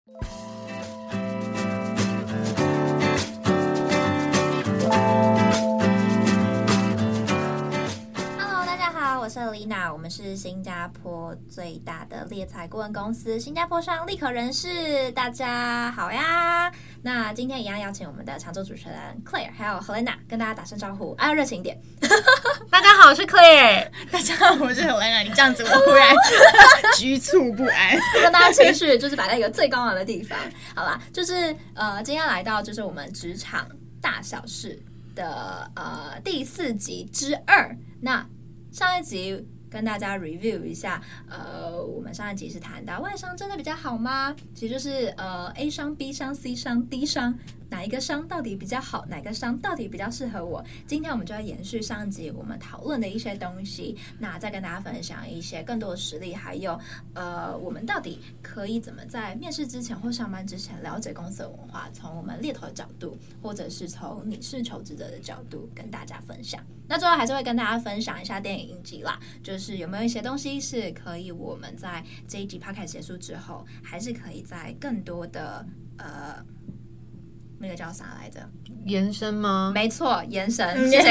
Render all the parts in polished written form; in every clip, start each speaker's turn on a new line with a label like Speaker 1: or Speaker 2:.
Speaker 1: 我是 Lina， 我们是新加坡最大的猎才顾问公司新加坡商立可人事，大家好呀。那今天一样邀请我们的常驻主持人 Claire 还有 Helena 跟大家打声招呼，热情一点。
Speaker 2: 大家好，我是 Claire。
Speaker 3: 大家好，我是 Helena。你这样子我忽然局促不安，
Speaker 1: 让大家情绪就是摆在一个最高昂的地方。好啦，就是今天来到就是我们职场大小事的第4集之2。那上一集跟大家 review 一下，我们上一集是谈到外商真的比较好吗？其实就是A 商、B 商、C 商、D 商，哪一个商到底比较好？哪个商到底比较适合我？今天我们就要延续上一集我们讨论的一些东西，那再跟大家分享一些更多的实例，还有我们到底可以怎么在面试之前或上班之前了解公司的文化，从我们猎头的角度，或者是从你是求职者的角度跟大家分享。那最后还是会跟大家分享一下电影影集啦，就是有没有一些东西是可以我们在这一集 podcast 结束之后，还是可以在更多的那个叫啥来着？
Speaker 2: 延伸吗？
Speaker 1: 没错，延伸。谢谢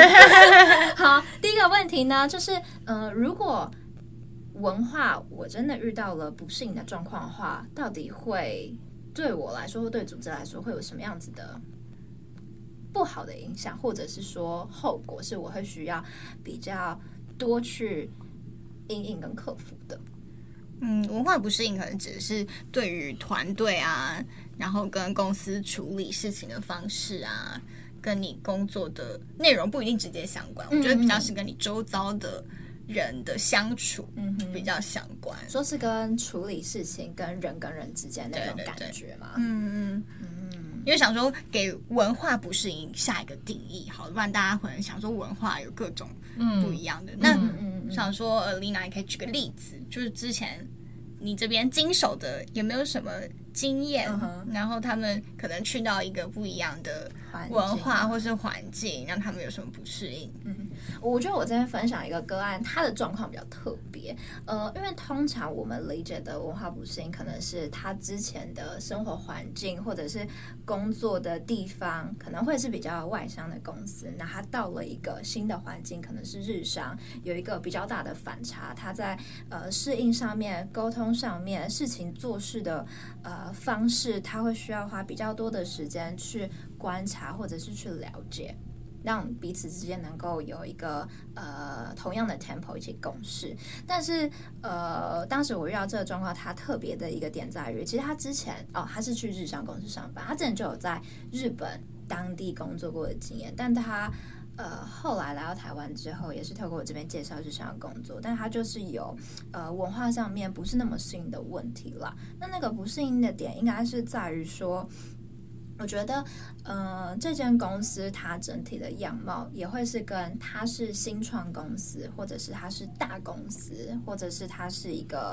Speaker 1: Clay。好，第一个问题呢，就是如果文化我真的遇到了不适应的状况的话，到底会对我来说或对组织来说会有什么样子的不好的影响，或者是说后果是我会需要比较多去因应跟克服的？
Speaker 3: 文化不适应可能只是对于团队啊，然后跟公司处理事情的方式啊，跟你工作的内容不一定直接相关。我觉得比较是跟你周遭的人的相处比较相关。
Speaker 1: 说是跟处理事情跟人跟人之间那种感觉吗？
Speaker 3: 因为想说给文化不适应下一个定义，好，不然大家可能想说文化有各种不一样的。那想说Lina 也可以举个例子，就是之前你这边经手的有没有什么经验，然后他们可能去到一个不一样的文化或是环境，让他们有什么不适应？
Speaker 1: 我觉得我这边分享一个个案，他的状况比较特别，因为通常我们理解的文化不适应，可能是他之前的生活环境或者是工作的地方，可能会是比较外商的公司，那他到了一个新的环境，可能是日商，有一个比较大的反差，他在适应上面、沟通上面、事情做事的方式，他会需要花比较多的时间去观察或者是去了解，让彼此之间能够有一个同样的 tempo 一起共事。但是当时我遇到这个状况，他特别的一个点在于，其实他之前他是去日商公司上班，他之前就有在日本当地工作过的经验，但他后来来到台湾之后，也是透过我这边介绍日商的工作，但他就是有文化上面不是那么适应的问题啦。那个不适应的点应该是在于说，我觉得这间公司它整体的样貌也会是跟它是新创公司，或者是它是大公司，或者是它是一个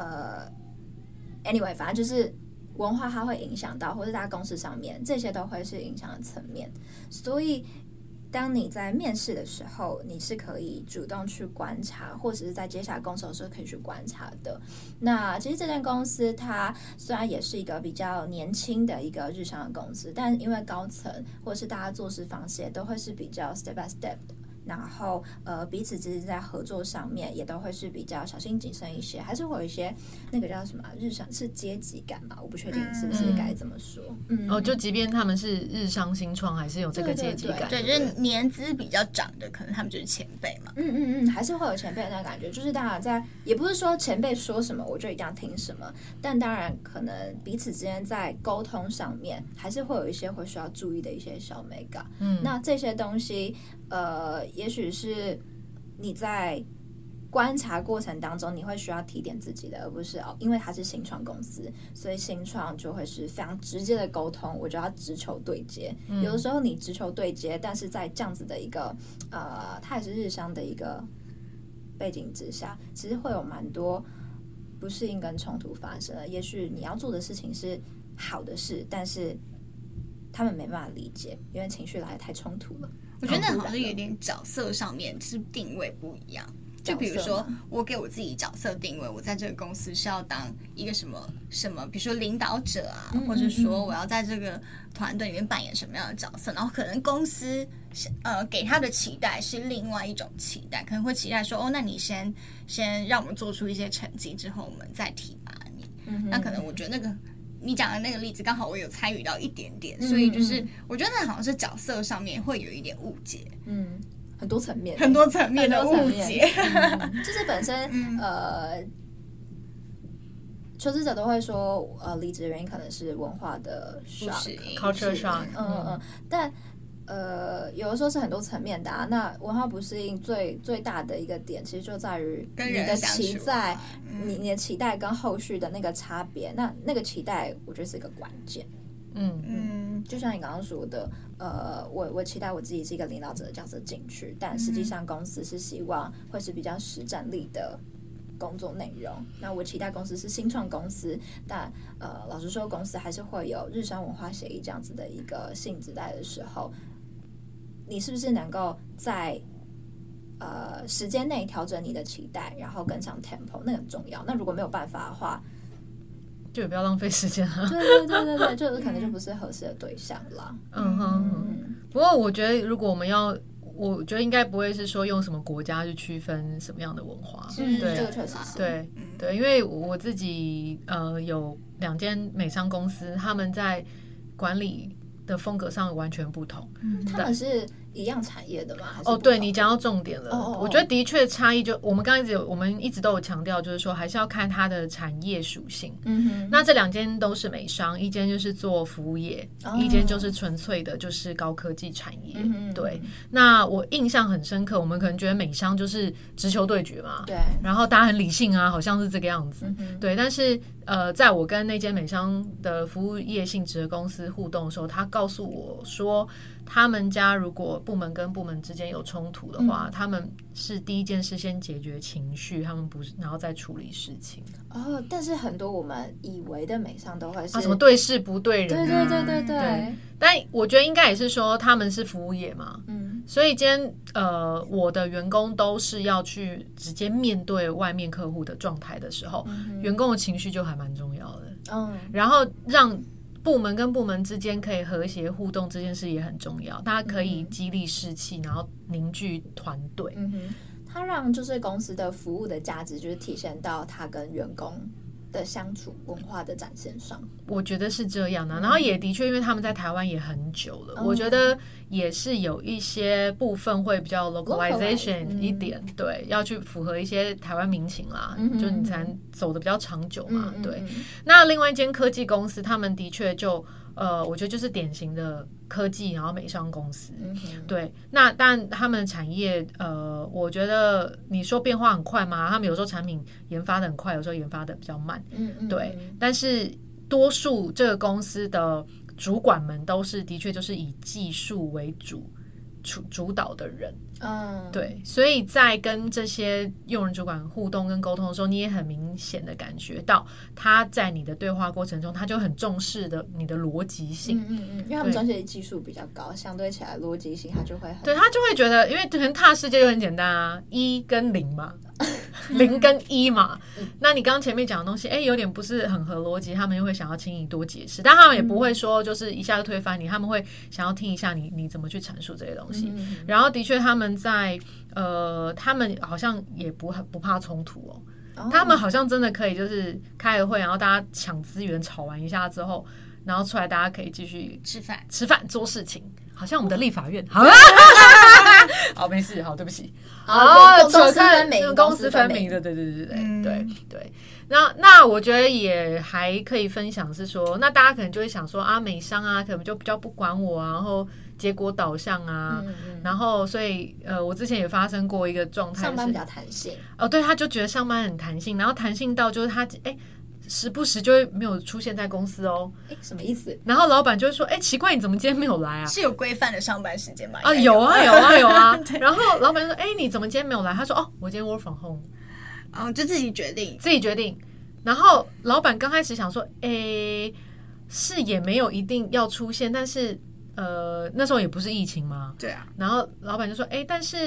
Speaker 1: anyway， 反正就是文化它会影响到，或者大公司上面这些都会是影响的层面。所以当你在面试的时候，你是可以主动去观察，或者是在接下来工作的时候可以去观察的。那其实这间公司它虽然也是一个比较年轻的一个日商的公司，但因为高层或者是大家做事方式也都会是比较 step by step 的，然后彼此之间在合作上面也都会是比较小心谨慎一些，还是会有一些那个叫什么日商是阶级感嘛？我不确定是不是该这么说。
Speaker 2: 就即便他们是日商新创，还是有这个阶级感。
Speaker 3: 对，就是年资比较长的，可能他们就是前辈嘛。
Speaker 1: 还是会有前辈的那个感觉，就是大家在也不是说前辈说什么我就一定要听什么，但当然可能彼此之间在沟通上面还是会有一些会需要注意的一些小美感。那这些东西也许是你在观察过程当中你会需要提点自己的，而不是因为它是新创公司，所以新创就会是非常直接的沟通，我就要直球对接。有的时候你直球对接，但是在这样子的一个它也是日商的一个背景之下，其实会有蛮多不适应跟冲突发生了。也许你要做的事情是好的事，但是他们没办法理解，因为情绪来得太冲突了。
Speaker 3: 我觉得那好像有点角色上面是定位不一样。 就比如说我给我自己角色定位，我在这个公司是要当一个什么，比如说领导者啊，或者说我要在这个团队里面扮演什么样的角色，然后可能公司给他的期待是另外一种期待，可能会期待说那你先让我们做出一些成绩之后，我们再提拔你。那可能我觉得那个你讲的那个例子刚好我有参与到一点点，所以就是我觉得那好像是角色上面会有一点误解，
Speaker 1: 很多层面
Speaker 3: 的误解，
Speaker 1: 就是本身求职者都会说离职的原因可能是文化的
Speaker 2: culture shock，
Speaker 1: 但有的时候是很多层面的啊。那文化不适应最大的一个点，其实就在于你的期待，你的期待跟后续的那个差别。那个期待，我觉得是一个关键。就像你刚刚说的，我期待我自己是一个领导者的角色进去，但实际上公司是希望会是比较实战力的工作内容。那我期待公司是新创公司，但老实说，公司还是会有日商文化协议这样子的一个性质在的时候，你是不是能够在时间内调整你的期待，然后跟上 tempo， 那很重要。那如果没有办法的话，
Speaker 2: 就也不要浪费时间了。
Speaker 1: 对，就是可能就不是合适的对象了。
Speaker 2: 不过我觉得，如果我们要，我觉得应该不会是说用什么国家去区分什么样的文化。
Speaker 1: 对，这个确实是。
Speaker 2: 对，因为我自己有2间美商公司，他们在管理的风格上完全不同。
Speaker 1: 他们是一样产业的吗？还是
Speaker 2: 对，你讲到重点了。我觉得的确差异我们一直都有强调，就是说还是要看它的产业属性。那这2间都是美商，一间就是做服务业，一间就是纯粹的就是高科技产业。对，那我印象很深刻，我们可能觉得美商就是直球对决嘛，
Speaker 1: 对，
Speaker 2: 然后大家很理性啊，好像是这个样子。对，但是在我跟那间美商的服务业性质的公司互动的时候，他告诉我说，他们家如果部门跟部门之间有冲突的话，他们是第一件事先解决情绪，他们不是然后再处理事情。
Speaker 1: 但是很多我们以为的美商都会是
Speaker 2: 什么对事不对人
Speaker 1: 对。
Speaker 2: 但我觉得应该也是说他们是服务业嘛，所以今天我的员工都是要去直接面对外面客户的状态的时候，员工的情绪就还蛮重要的。然后让部门跟部门之间可以和谐互动，这件事也很重要。大家可以激励士气，然后凝聚团队。
Speaker 1: 它让就是公司的服务的价值，就是体现到它跟员工的相处文化的展现上。
Speaker 2: 我觉得是这样的。然后也的确，因为他们在台湾也很久了，我觉得也是有一些部分会比较 localization 一点，对，要去符合一些台湾民情啦，就你才能走得比较长久嘛。对。那另外一间科技公司，他们的确就我觉得就是典型的科技然后美商公司。对，那但他们的产业我觉得你说变化很快吗？他们有时候产品研发的很快，有时候研发的比较慢。对，但是多数这个公司的主管们都是的确就是以技术为主导的人。对，所以在跟这些用人主管互动跟沟通的时候，你也很明显的感觉到他在你的对话过程中，他就很重视的你的逻辑性。
Speaker 1: 因为他们专业技术比较高，相对起来逻辑性他就会很，
Speaker 2: 对，他就会觉得，因为可能他的世界就很简单啊，1跟0嘛，0跟1嘛。那你刚刚前面讲的东西，有点不是很合逻辑，他们又会想要轻易多解释，但他们也不会说就是一下就推翻你，他们会想要听一下你怎么去阐述这些东西。然后的确他们在他们好像也不怕冲突哦，他们好像真的可以就是开个会，然后大家抢资源吵完一下之后，然后出来大家可以继续吃饭做事情，好像我们的立法院。好了，好，没事，好，对不起。
Speaker 1: 公私分明，
Speaker 2: 公私分明的，对。那我觉得也还可以分享是说，那大家可能就会想说啊，美商啊，可能就比较不管我啊，然后结果导向啊，然后所以我之前也发生过一个状态，
Speaker 1: 上班比较弹性。
Speaker 2: 对，他就觉得上班很弹性，然后弹性到就是他时不时就会没有出现在公司哦。
Speaker 1: 什么意思？
Speaker 2: 然后老板就会说，奇怪，你怎么今天没有来啊？
Speaker 3: 是有规范的上班时间吗？
Speaker 2: 有啊。然后老板就说，你怎么今天没有来？他说，我今天 work from home。
Speaker 3: 就自己决定。
Speaker 2: 然后老板刚开始想说，是也没有一定要出现，但是那时候也不是疫情嘛。
Speaker 3: 对啊。
Speaker 2: 然后老板就说，但是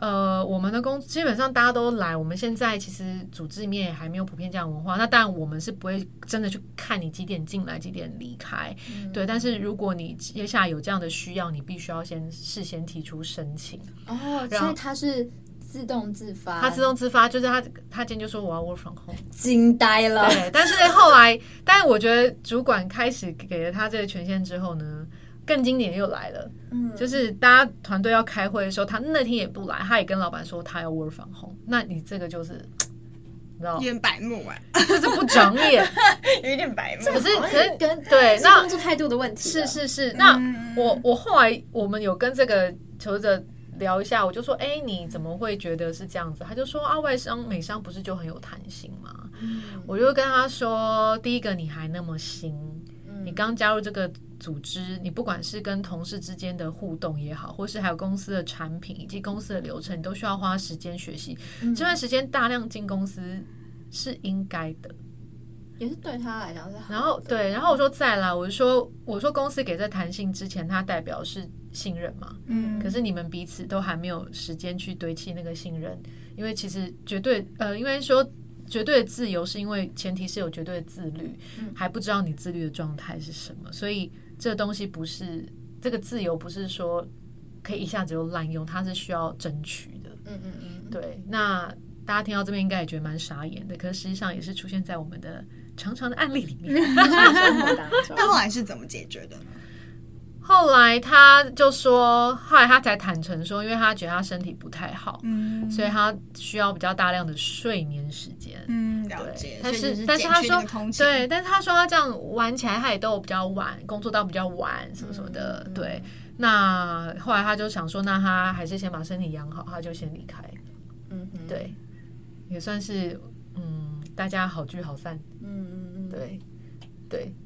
Speaker 2: 我们的公司基本上大家都来，我们现在其实组织里面也还没有普遍这样的文化。那当然我们是不会真的去看你几点进来几点离开，对。但是如果你接下来有这样的需要，你必须要事先提出申请。
Speaker 1: 所以它是自动自发，
Speaker 2: 他自动自发，就是他今天就说我要 work from home，
Speaker 1: 惊呆了。
Speaker 2: 对，但是后来，但是我觉得主管开始给了他这个权限之后呢，更经典又来了，就是大家团队要开会的时候，他那天也不来，他也跟老板说他要 work from home， 那你这个就是你知道
Speaker 3: 有点白目
Speaker 2: 就是不长眼，
Speaker 3: 有一点白目。
Speaker 1: 可是跟
Speaker 2: 对，那
Speaker 1: 工作态度的问题
Speaker 2: 是。那我后来我们有跟这个求职者聊一下，我就说，你怎么会觉得是这样子？他就说啊，外商美商不是就很有弹性吗？我就跟他说，第一个你还那么新，你刚加入这个组织，你不管是跟同事之间的互动也好，或是还有公司的产品以及公司的流程，你都需要花时间学习。这段时间大量进公司是应该的。
Speaker 1: 也是对他来讲是好的。
Speaker 2: 然后我说再来，我说公司给这弹性之前，它代表是信任嘛，可是你们彼此都还没有时间去堆砌那个信任，因为其实绝对因为说绝对的自由是因为前提是有绝对的自律，还不知道你自律的状态是什么，所以这个东西不是这个自由不是说可以一下子就滥用，它是需要争取的。对，那大家听到这边应该也觉得蛮傻眼的，可是实际上也是出现在我们的常常的案例里面。
Speaker 3: 那后来是怎么解决的呢？
Speaker 2: 后来他就说，后来他才坦诚说，因为他觉得他身体不太好，所以他需要比较大量的睡眠时间。
Speaker 3: 了解。
Speaker 2: 但是他说，对，但是他说他这样玩起来，他也都比较晚，工作到比较晚，什么什么的。对，那后来他就想说，那他还是先把身体养好，他就先离开。对，也算是大家好聚好散。对。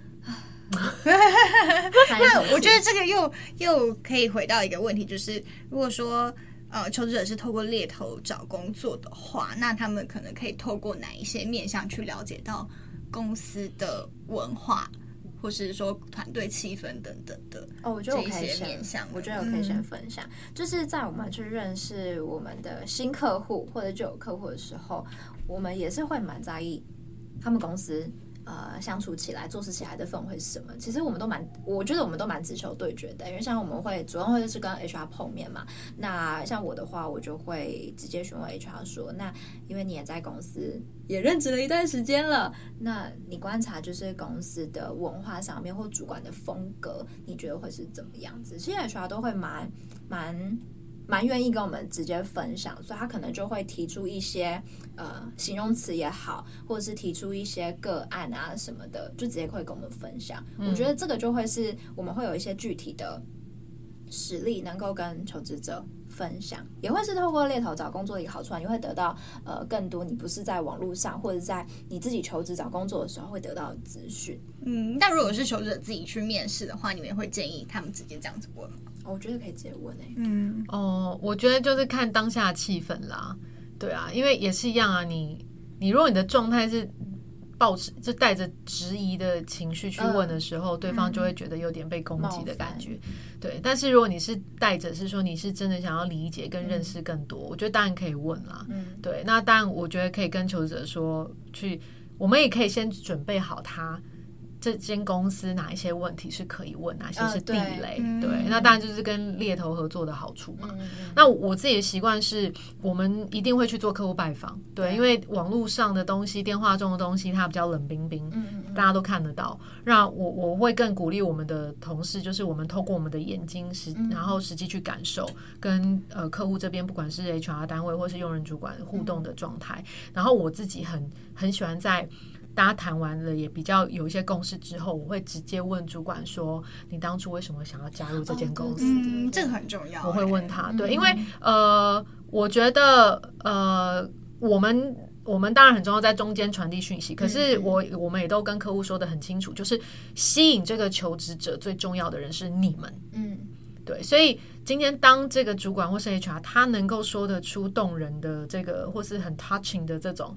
Speaker 3: 那我觉得这个又可以回到一个问题，就是如果说求职者是透过猎头找工作的话，那他们可能可以透过哪一些面向去了解到公司的文化，或是说团队气氛等等的。
Speaker 1: 我觉得我可以先分享，就是在我们去认识我们的新客户或者旧有客户的时候，我们也是会蛮在意他们公司相处起来、做事起来的氛围是什么？其实我觉得我们都蛮直球对决的，因为像我们会主要会是跟 HR 碰面嘛。那像我的话，我就会直接询问 HR 说，那因为你也在公司也任职了一段时间了，那你观察就是公司的文化上面或主管的风格，你觉得会是怎么样子？其实 HR 都会蛮愿意跟我们直接分享，所以他可能就会提出一些形容词也好，或者是提出一些个案啊什么的，就直接会跟我们分享。我觉得这个就会是我们会有一些具体的实例能够跟求职者分享，也会是透过猎头找工作的一个好处，你会得到更多你不是在网络上或者在你自己求职找工作的时候会得到的资讯。
Speaker 3: 那如果是求职者自己去面试的话，你们会建议他们直接这样子问吗？
Speaker 1: 我觉得可以直接问
Speaker 2: 我觉得就是看当下的气氛啦。对啊，因为也是一样啊，你如果你的状态是就带着质疑的情绪去问的时候，对方就会觉得有点被攻击的感觉。对，但是如果你是带着是说你是真的想要理解跟认识更多，我觉得当然可以问啦。对，那当然我觉得可以跟求职者说，我们也可以先准备好他这间公司哪一些问题是可以问，哪些是地雷。对，那当然就是跟猎头合作的好处嘛。那我自己的习惯是，我们一定会去做客户拜访。对，因为网络上的东西、电话中的东西，它比较冷冰冰，大家都看得到。那我会更鼓励我们的同事，就是我们透过我们的眼睛然后实际去感受跟客户这边，不管是 HR 单位或是用人主管互动的状态。然后我自己很喜欢在大家谈完了也比较有一些共识之后，我会直接问主管说，你当初为什么想要加入这间公司？
Speaker 3: 这个很重要。
Speaker 2: 我会问他，对，因为我觉得我们当然很重要在中间传递讯息，可是我们也都跟客户说得很清楚，就是吸引这个求职者最重要的人是你们。对，所以今天当这个主管或是 HR 他能够说得出动人的这个或是很 touching 的这种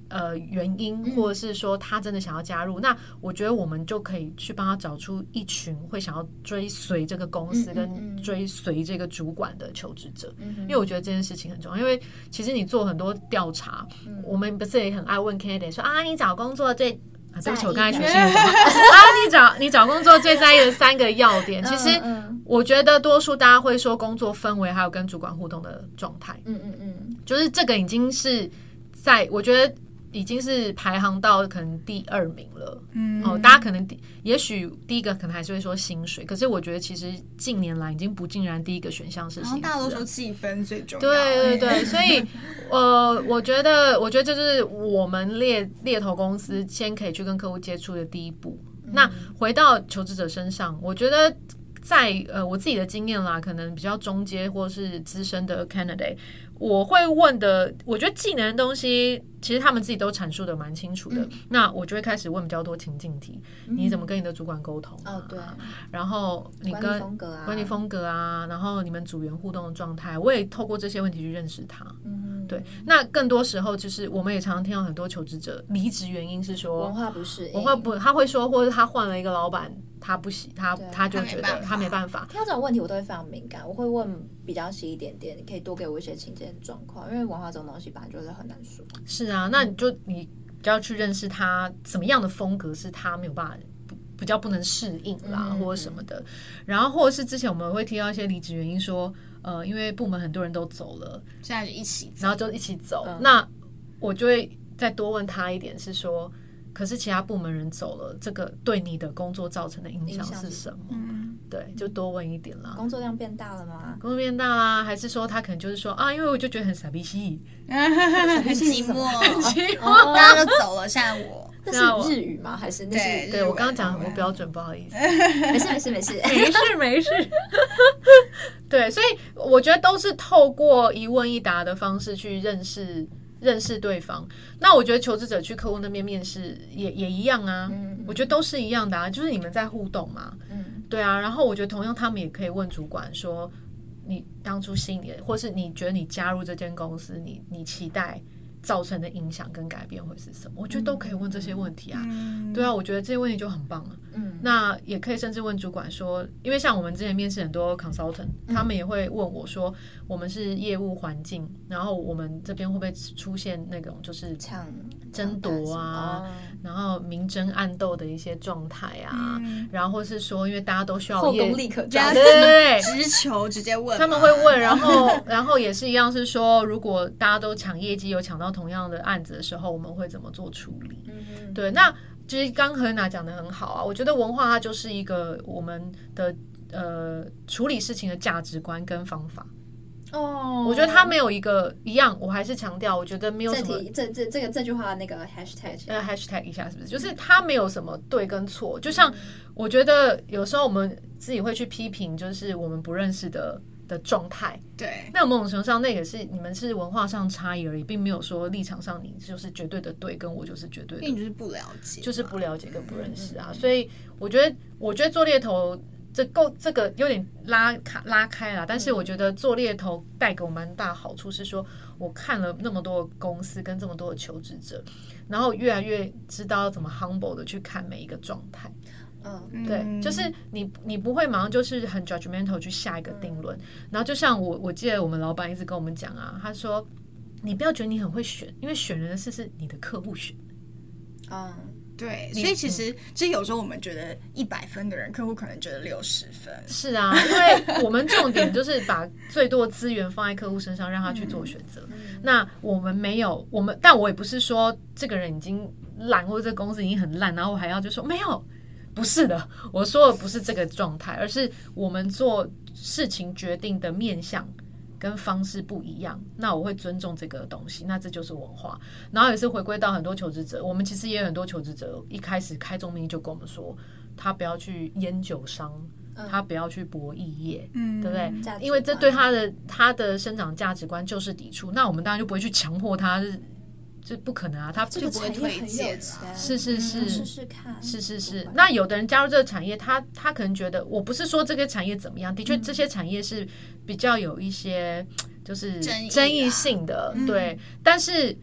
Speaker 2: 原因，或者是说他真的想要加入，那我觉得我们就可以去帮他找出一群会想要追随这个公司跟追随这个主管的求职者，因为我觉得这件事情很重要。因为其实你做很多调查，我们不是也很爱问 candidate 说你找工作最对不起，我刚才全信你找工作最在意的3个要点，其实我觉得多数大家会说工作氛围，还有跟主管互动的状态，就是这个已经是我觉得已经是排行到可能第2名了。大家可能也许第一个可能还是会说薪水，可是我觉得其实近年来已经不尽然第一个选项是薪资，
Speaker 3: 大家都说气氛最重要。
Speaker 2: 对，所以我觉得这就是我们猎头公司先可以去跟客户接触的第一步。那回到求职者身上，我觉得在我自己的经验啦，可能比较中阶或是资深的 candidate， 我会问的，我觉得技能的东西其实他们自己都阐述的蛮清楚的，那我就会开始问比较多情境题，你怎么跟你的主管沟通
Speaker 1: 对，
Speaker 2: 然后你跟管理风格啊，然后你们组员互动的状态，我也透过这些问题去认识他。对，那更多时候就是我们也常常听到很多求职者离职原因是说
Speaker 1: 文化不适应，
Speaker 2: 他会说，或者他换了一个老板，他不喜他就觉得他没办法。
Speaker 1: 听到这种问题我都会非常敏感，我会问比较细一点点，你可以多给我一些情境状况，因为文化这种东西本来就是很难说。
Speaker 2: 是啊，那你就要去认识他怎么样的风格是他没有办法比较不能适应啦，或者什么的。然后或者是之前我们会提到一些离职原因说因为部门很多人都走了，
Speaker 3: 现在就一起走，
Speaker 2: 然后就一起走。那我就会再多问他一点是说，可是其他部门人走了，这个对你的工作造成的影响是什么？对，就多问一点啦。
Speaker 1: 工作量变大了吗？
Speaker 2: 工作变大啦，还是说他可能就是说因为我就觉得很傻逼兮，
Speaker 3: 很寂寞，大家都走了，现在我。
Speaker 1: 那是日语吗？还是那是？
Speaker 2: 对我刚刚讲很不标准，不好意思。
Speaker 1: 没事。
Speaker 2: 对，所以我觉得都是透过一问一答的方式去认识对方。那我觉得求职者去客户那边面试也一样啊，我觉得都是一样的啊，就是你们在互动嘛。对啊，然后我觉得同样他们也可以问主管说，你当初心里，或是你觉得你加入这间公司，你期待造成的影响跟改变会是什么？我觉得都可以问这些问题啊。对啊，我觉得这些问题就很棒了。那也可以甚至问主管说，因为像我们之前面试很多 consultant，他们也会问我说，我们是业务环境，然后我们这边会不会出现那种就是争夺啊，然后明争暗斗的一些状态啊，然后或是说因为大家都需要
Speaker 1: 后功力可嘉，
Speaker 2: 对，
Speaker 3: 直球直接问，
Speaker 2: 他们会问，然后也是一样是说，如果大家都抢业绩，有抢到同样的案子的时候，我们会怎么做处理？对，那其实刚何娜讲的很好啊，我觉得文化它就是一个我们的处理事情的价值观跟方法。我觉得他没有一个一样，我还是强调，我觉得没有什么
Speaker 1: 这句话那个 hashtag
Speaker 2: 一下是不是？就是他没有什么对跟错，就像我觉得有时候我们自己会去批评，就是我们不认识的状态，
Speaker 3: 对，
Speaker 2: 那某种程度上，那也是你们是文化上差异而已，并没有说立场上你就是绝对的对，跟我就是绝对的，
Speaker 3: 因为你就是不了解，
Speaker 2: 就是不了解跟不认识啊。所以我觉得做猎头这个有点拉开啦，但是我觉得做猎头带给我蛮大好处是说，我看了那么多的公司跟这么多的求职者，然后越来越知道要怎么 humble 的去看每一个状态。对，就是你不会马上就是很 judgmental 去下一个定论，然后就像我记得我们老板一直跟我们讲啊，他说你不要觉得你很会选，因为选人的事是你的客户选。
Speaker 3: 对，所以其实有时候我们觉得100分的人，客户可能觉得60分。
Speaker 2: 是啊，因为我们重点就是把最多的资源放在客户身上，让他去做选择。那我们没有，但我也不是说这个人已经烂，或者这个公司已经很烂，然后我还要就说没有。不是的，我说的不是这个状态，而是我们做事情决定的面向跟方式不一样，那我会尊重这个东西，那这就是文化。然后也是回归到很多求职者，我们其实也有很多求职者一开始开宗明义就跟我们说，他不要去烟酒商，他不要去博弈业，对不对？因为这对他的生长价值观就是抵触，那我们当然就不会去强迫他。这不可能啊，他
Speaker 1: 就不会推荐。
Speaker 2: 是
Speaker 1: 试试看，
Speaker 2: 是。那有的人加入这个产业，他可能觉得，我不是说这个产业怎么样，的确这些产业是比较有一些就是争议性的，对。但是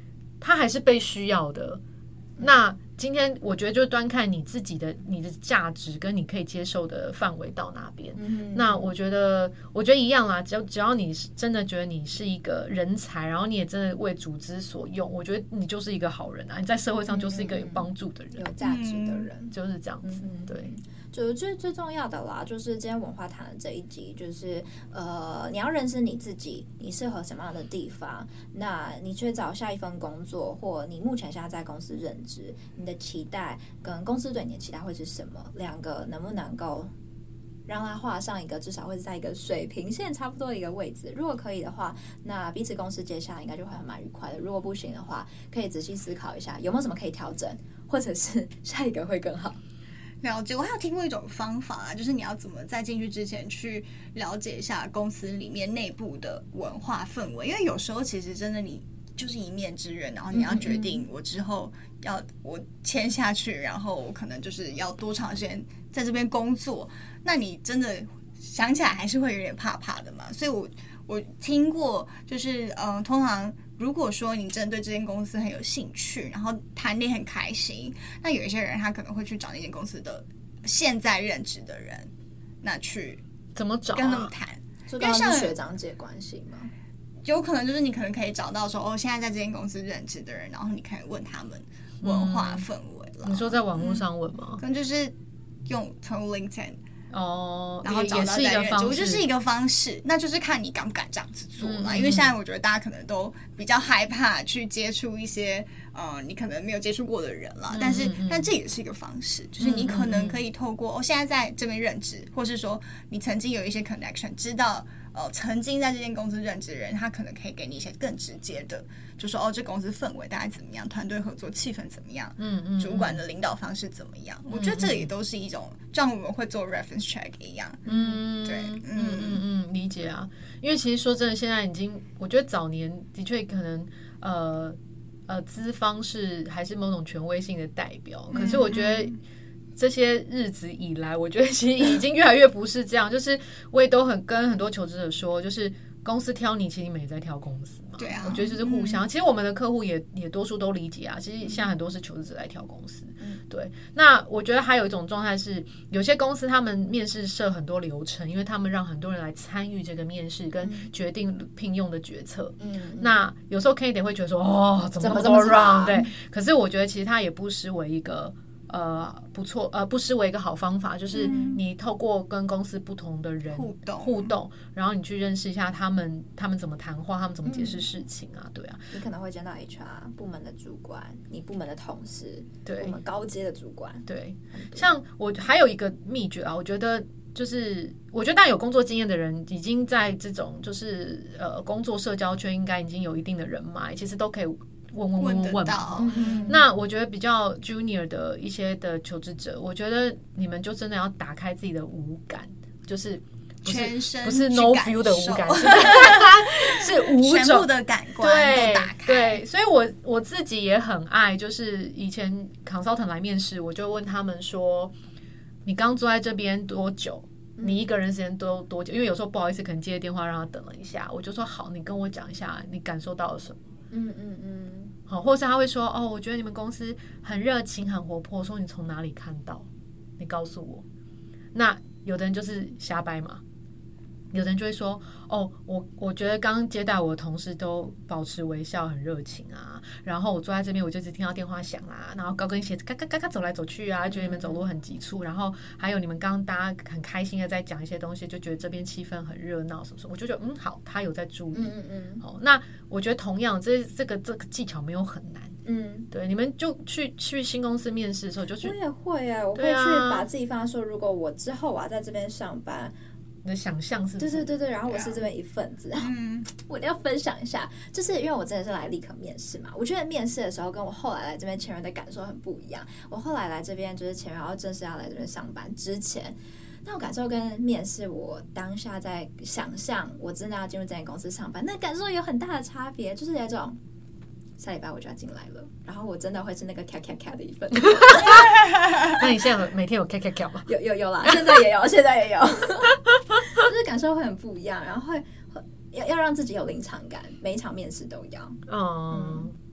Speaker 2: 他还是被需要的。那今天我觉得就端看你自己的你的价值跟你可以接受的范围到哪边。那我觉得一样啦，只要你真的觉得你是一个人才，然后你也真的为组织所用，我觉得你就是一个好人啊，你在社会上就是一个有帮助的人，
Speaker 1: 有价值的人，
Speaker 2: 就是这样子。对，
Speaker 1: 就是最重要的啦，就是今天文化谈的这一集，就是你要认识你自己，你适合什么样的地方，那你去找下一份工作，或你目前现在在公司任职，你的期待跟公司对你的期待会是什么，两个能不能够让它画上一个至少会是在一个水平线差不多的一个位置，如果可以的话，那彼此公司接下来应该就会蛮愉快的，如果不行的话，可以仔细思考一下有没有什么可以调整，或者是下一个会更好。
Speaker 3: 了解，我还有听过一种方法啊，就是你要怎么在进去之前去了解一下公司里面内部的文化氛围，因为有时候其实真的你就是一面之缘，然后你要决定我之后我签下去，然后我可能就是要多长时间在这边工作，那你真的想起来还是会有点怕怕的嘛。所以我听过，就是通常如果说你真的对这间公司很有兴趣，然后谈得很开心，那有一些人他可能会去找那间公司的现在任职的人，那去
Speaker 2: 怎么找
Speaker 3: 跟他们谈，
Speaker 1: 就跟他们学长姐关系吗？
Speaker 3: 有可能就是你可能可以找到说现在在这间公司任职的人，然后你可以问他们文化氛围了。
Speaker 2: 你说在网络上问吗？
Speaker 3: 可能就是从 LinkedIn。
Speaker 2: 然后找到代任职，
Speaker 3: 我就是一个方式，那就是看你敢不敢这样子做啦。因为现在我觉得大家可能都比较害怕去接触一些你可能没有接触过的人啦。但这也是一个方式，就是你可能可以透过现在在这边任职，或是说你曾经有一些 connection， 知道曾经在这间公司任职的人，他可能可以给你一些更直接的，就说这公司氛围大概怎么样，团队合作气氛怎么样，主管的领导方式怎么样。我觉得这也都是一种像我们会做 reference check 一样。对，
Speaker 2: 理解啊。因为其实说真的，现在已经，我觉得早年的确可能资方还是某种权威性的代表，可是我觉得这些日子以来，我觉得其实已经越来越不是这样。就是我也都跟很多求职者说，就是公司挑你，其实你们也在挑公司嘛。
Speaker 3: 对啊，
Speaker 2: 我觉得就是互相。其实我们的客户也多数都理解啊。其实现在很多是求职者在挑公司。对。那我觉得还有一种状态是，有些公司他们面试设很多流程，因为他们让很多人来参与这个面试跟决定聘用的决策。那有时候 candidate 会觉得说，怎么这么 wrong？ 对。可是我觉得其实它也不失为一个。不错，不失为一个好方法，就是你透过跟公司不同的人互动，然后你去认识一下他们怎么谈话，他们怎么解释事情啊，对啊，
Speaker 1: 你可能会见到 HR 部门的主管，你部门的同事，
Speaker 2: 对，
Speaker 1: 我们高阶的主管，
Speaker 2: 对，像我还有一个秘诀啊，我觉得大家有工作经验的人，已经在这种就是工作社交圈应该已经有一定的人脉，其实都可以。问到，那我觉得比较 junior 的一些的求职者，我觉得你们就真的要打开自己的五感，就是
Speaker 3: 全身
Speaker 2: 不是 no feel 的五感，是五种
Speaker 3: 全部的感官都打开。
Speaker 2: 对，所以我自己也很爱，就是以前 consultant 来面试，我就问他们说，你刚坐在这边多久？你一个人时间多久？因为有时候不好意思，可能接电话让他等了一下，我就说好，你跟我讲一下你感受到了什么。好，或是他会说我觉得你们公司很热情很活泼，说你从哪里看到，你告诉我。那有的人就是瞎掰嘛，有的人就会说我觉得刚接待我的同事都保持微笑很热情啊，然后我坐在这边我就只听到电话响啊，然后高跟鞋嘎嘎嘎嘎走来走去啊，觉得你们走路很急促，然后还有你们刚刚大家很开心的在讲一些东西，就觉得这边气氛很热闹什么什么，我就觉得好，他有在注意。好，那我觉得同样这个技巧没有很难。对，你们就去新公司面试的时候就去。
Speaker 1: 我也会我会去把自己放在说，如果我之后我要在这边上班，
Speaker 2: 你的想象是
Speaker 1: 对，然后我是这边一份子，我一定要分享一下，就是因为我真的是来立刻面试嘛，我觉得面试的时候跟我后来来这边前人的感受很不一样。我后来来这边就是前人要正式要来这边上班之前，那我感受跟面试我当下在想象我真的要进入这间公司上班，那感受有很大的差别，就是有一种下礼拜我就要进来了，然后我真的会是那个咔咔咔的一份。
Speaker 2: 那你现在每天有咔咔咔吗？
Speaker 1: 有啦，现在也有，就是感受会很不一样，然后要让自己有临场感，每一场面试都要。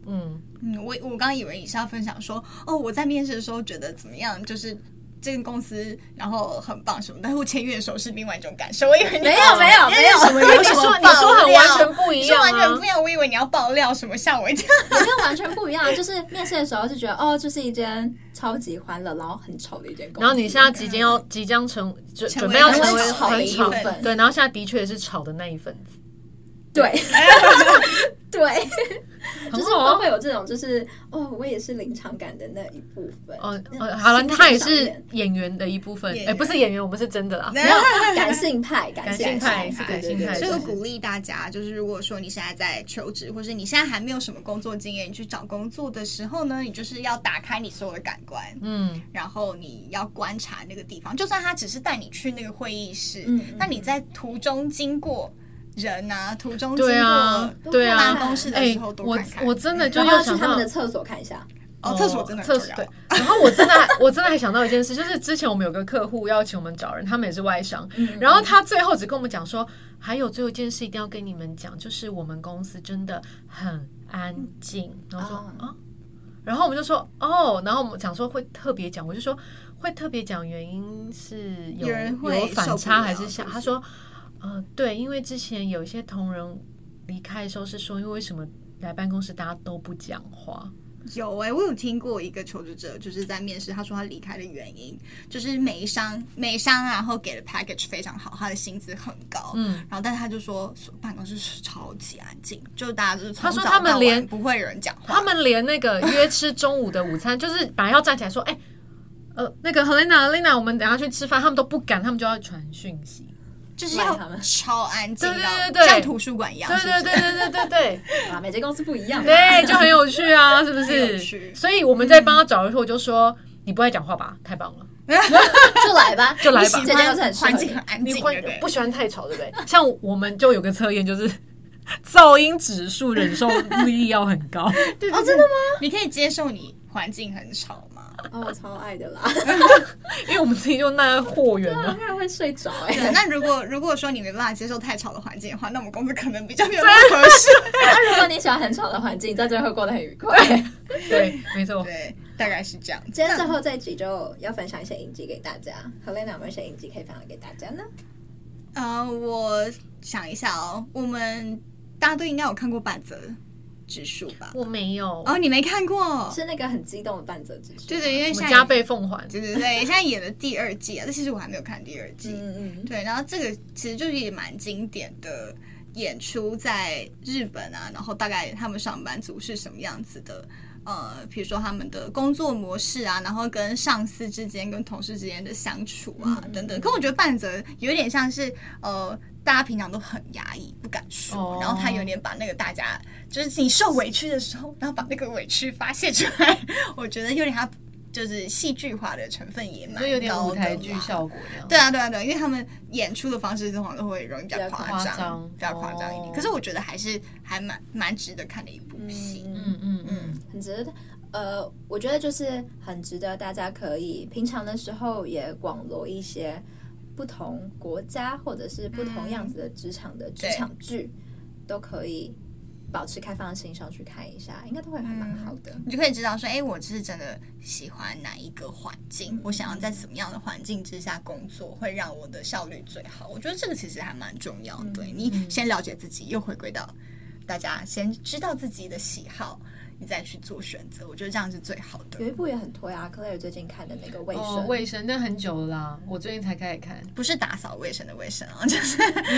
Speaker 3: 我刚刚以为你是要分享说，我在面试的时候觉得怎么样，就是这个公司然后很棒什么，但是我签约的时候是另外一种感受。我以为你
Speaker 1: 没有什么
Speaker 2: 你说很完全不一样啊，
Speaker 3: 完全不一样。我以为你要爆料什么，吓我一跳。
Speaker 1: 没有完全不一样，就是面试的时候是觉得这是一间超级欢乐然后很吵的一间公司，
Speaker 2: 然后你现在即将准备要成为很吵
Speaker 1: 的
Speaker 2: 对，然后现在的确也是吵的那一份子。
Speaker 1: 对对，就是都会有这种，就是我也是临场感的那一部分。
Speaker 2: 好了，他也是演员的一部分，不是演员，我们是真的啦。
Speaker 1: 没有感性派是感性派。
Speaker 3: 所以我鼓励大家，就是如果说你现在在求职，或是你现在还没有什么工作经验，你去找工作的时候呢，你就是要打开你所有的感官，然后你要观察那个地方，就算他只是带你去那个会议室，那你在途中经过。人啊，途中经过办公室的时候都看看。
Speaker 2: 我真的就又想到
Speaker 1: 去他们的厕所看一下。
Speaker 3: 厕所真的很重要。
Speaker 2: 对，然后我真的还想到一件事，就是之前我们有个客户邀请我们找人，他们也是外商，然后他最后只跟我们讲说，还有最后一件事一定要跟你们讲，就是我们公司真的很安静。然后说然后我们就说然后我们讲说会特别讲，我就说会特别讲原因是有反差还是他说。对，因为之前有一些同仁离开的时候是说，因为什么来办公室大家都不讲话。
Speaker 3: 有我有听过一个求职者就是在面试，他说他离开的原因就是美商然后给的 package 非常好，他的薪资很高，然后但是他就说办公室超级安静，就大家就是从早到晚不会有人讲话，
Speaker 2: 他们连那个约吃中午的午餐，就是本来要站起来说，那个 Helena 我们等一下去吃饭，他们都不敢，他们就要传讯息。
Speaker 3: 就是要超安静，
Speaker 2: 对，
Speaker 3: 像图书馆一样。
Speaker 2: 对，
Speaker 1: 啊，每间公司不一样，
Speaker 2: 对，就很有趣啊，是不是？所以我们在帮他找的时候，我就说你不爱讲话吧，太棒了，
Speaker 1: 就来吧，
Speaker 2: 这间
Speaker 1: 公司很
Speaker 3: 环境很安静，
Speaker 2: 不喜欢太吵，对不对？像我们就有个测验，就是噪音指数忍受力要很高。
Speaker 3: 真的吗？你可以接受你环境很吵吗？
Speaker 1: 我超爱的啦，
Speaker 2: 因为我们自己就那货源了，
Speaker 1: 不然会睡着
Speaker 3: 那如果说你没办法接受太吵的环境的话，那我们公司可能比较没有那么合适。
Speaker 1: 那如果你喜欢很吵的环境，在这会过得很愉快。
Speaker 2: 对，没错，
Speaker 3: 对，大概是这样。
Speaker 1: 今天最后这一集就要分享一些影集给大家。Helena 有没有一些影集可以分享给大家呢？
Speaker 3: 我想一下我们大家都应该有看过半泽直树吧？
Speaker 2: 我没有。
Speaker 3: 你没看过？
Speaker 1: 是那个很激动的半泽直树。
Speaker 3: 对，因为现在
Speaker 2: 加倍奉还。
Speaker 3: 对，现在演了第2季啊，但其实我还没有看第2季。对，然后这个其实就是也蛮经典的演出，在日本啊，然后大概他们上班族是什么样子的。比如说他们的工作模式啊，然后跟上司之间、跟同事之间的相处啊，等等。可我觉得半泽有点像是大家平常都很压抑，不敢说，然后他有点把那个大家就是你受委屈的时候，然后把那个委屈发泄出来。我觉得有点他就是戏剧化的成分也蛮高的，
Speaker 2: 就有点舞台剧效果那样。
Speaker 3: 对啊，因为他们演出的方式通常都会容易比较夸张，比较夸张一点。可是我觉得还蛮值得看的一部戏。
Speaker 1: 很值得。我觉得就是很值得大家可以平常的时候也广罗一些不同国家或者是不同样子的职场剧，都可以保持开放的心上去看一下，应该都会还蛮好的。
Speaker 3: 你就可以知道说，我是真的喜欢哪一个环境，我想要在什么样的环境之下工作，会让我的效率最好。我觉得这个其实还蛮重要的。对，你先了解自己，又回归到大家先知道自己的喜好，你再去做选择，我觉得这样是最好的。
Speaker 1: 有一部也很推啊，Claire 最近看的那个
Speaker 2: 卫生，那很久了啦，我最近才开始看。
Speaker 3: 不是打扫卫生的卫生啊，就是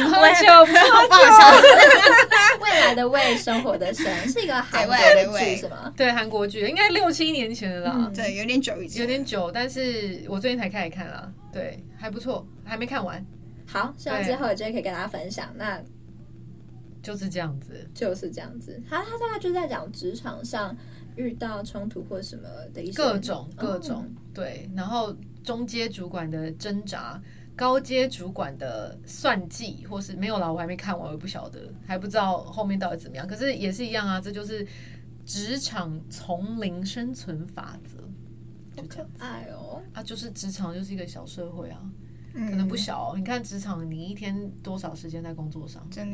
Speaker 1: 未来的未，生活的生，是一个韩国的剧是吗？
Speaker 2: 对，韩国剧应该6-7年前的啦。
Speaker 3: 对，有点久以前，
Speaker 2: 有点久，但是我最近才开始看啦。对，还不错，还没看完。
Speaker 1: 好，希望之后有机会可以跟大家分享。那
Speaker 2: 就是这样子，
Speaker 1: 他大概就在讲职场上遇到冲突或什么的一些
Speaker 2: 各种对，然后中阶主管的挣扎，高阶主管的算计，或是没有啦，我还没看完，我也不晓得，还不知道后面到底怎么样。可是也是一样啊，这就是职场丛林生存法则，就这样子。
Speaker 1: 好可爱哦！
Speaker 2: 就是职场就是一个小社会啊。可能不小你看职场，你一天多少时间在工作上？
Speaker 3: 真的。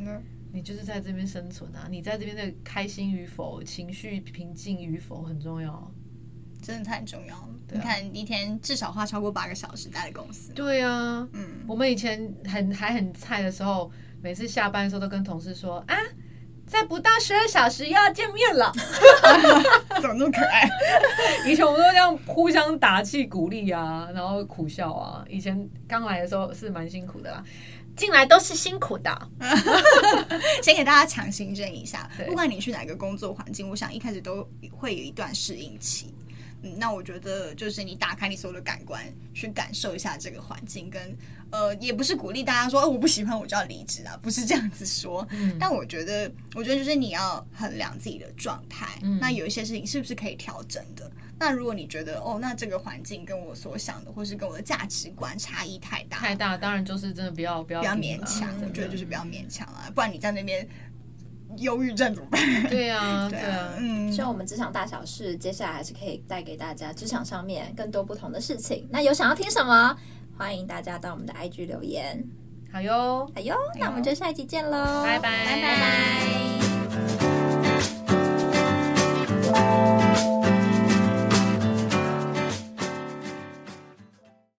Speaker 2: 你就是在这边生存啊，你在这边的开心与否、情绪平静与否很重要，
Speaker 3: 真的太重要了。你看，你一天至少花超过8个小时待在公司。
Speaker 2: 对啊，我们以前还很菜的时候，每次下班的时候都跟同事说啊，再不到12小时又要见面了，
Speaker 3: 怎么那么可爱？
Speaker 2: 以前我们都这样互相打气鼓励啊，然后苦笑啊。以前刚来的时候是蛮辛苦的啦。进来都是辛苦的，
Speaker 3: 先给大家强心针一下。不管你去哪个工作环境，我想一开始都会有一段适应期。那我觉得就是你打开你所有的感官，去感受一下这个环境，跟也不是鼓励大家说我不喜欢我就要离职啊，不是这样子说。但我觉得就是你要衡量自己的状态。那有一些事情是不是可以调整的？那如果你觉得那这个环境跟我所想的，或是跟我的价值观差异太大，
Speaker 2: 当然就是真的不要
Speaker 3: 勉强。我觉得就是不要勉强啦，不然你在那边忧郁症怎么办？
Speaker 2: 对啊。
Speaker 1: 希望我们职场大小事接下来还是可以带给大家职场上面更多不同的事情。那有想要听什么，欢迎大家到我们的 IG 留言。
Speaker 2: 好哟，
Speaker 1: 那我们就下一集见喽，
Speaker 2: 拜拜。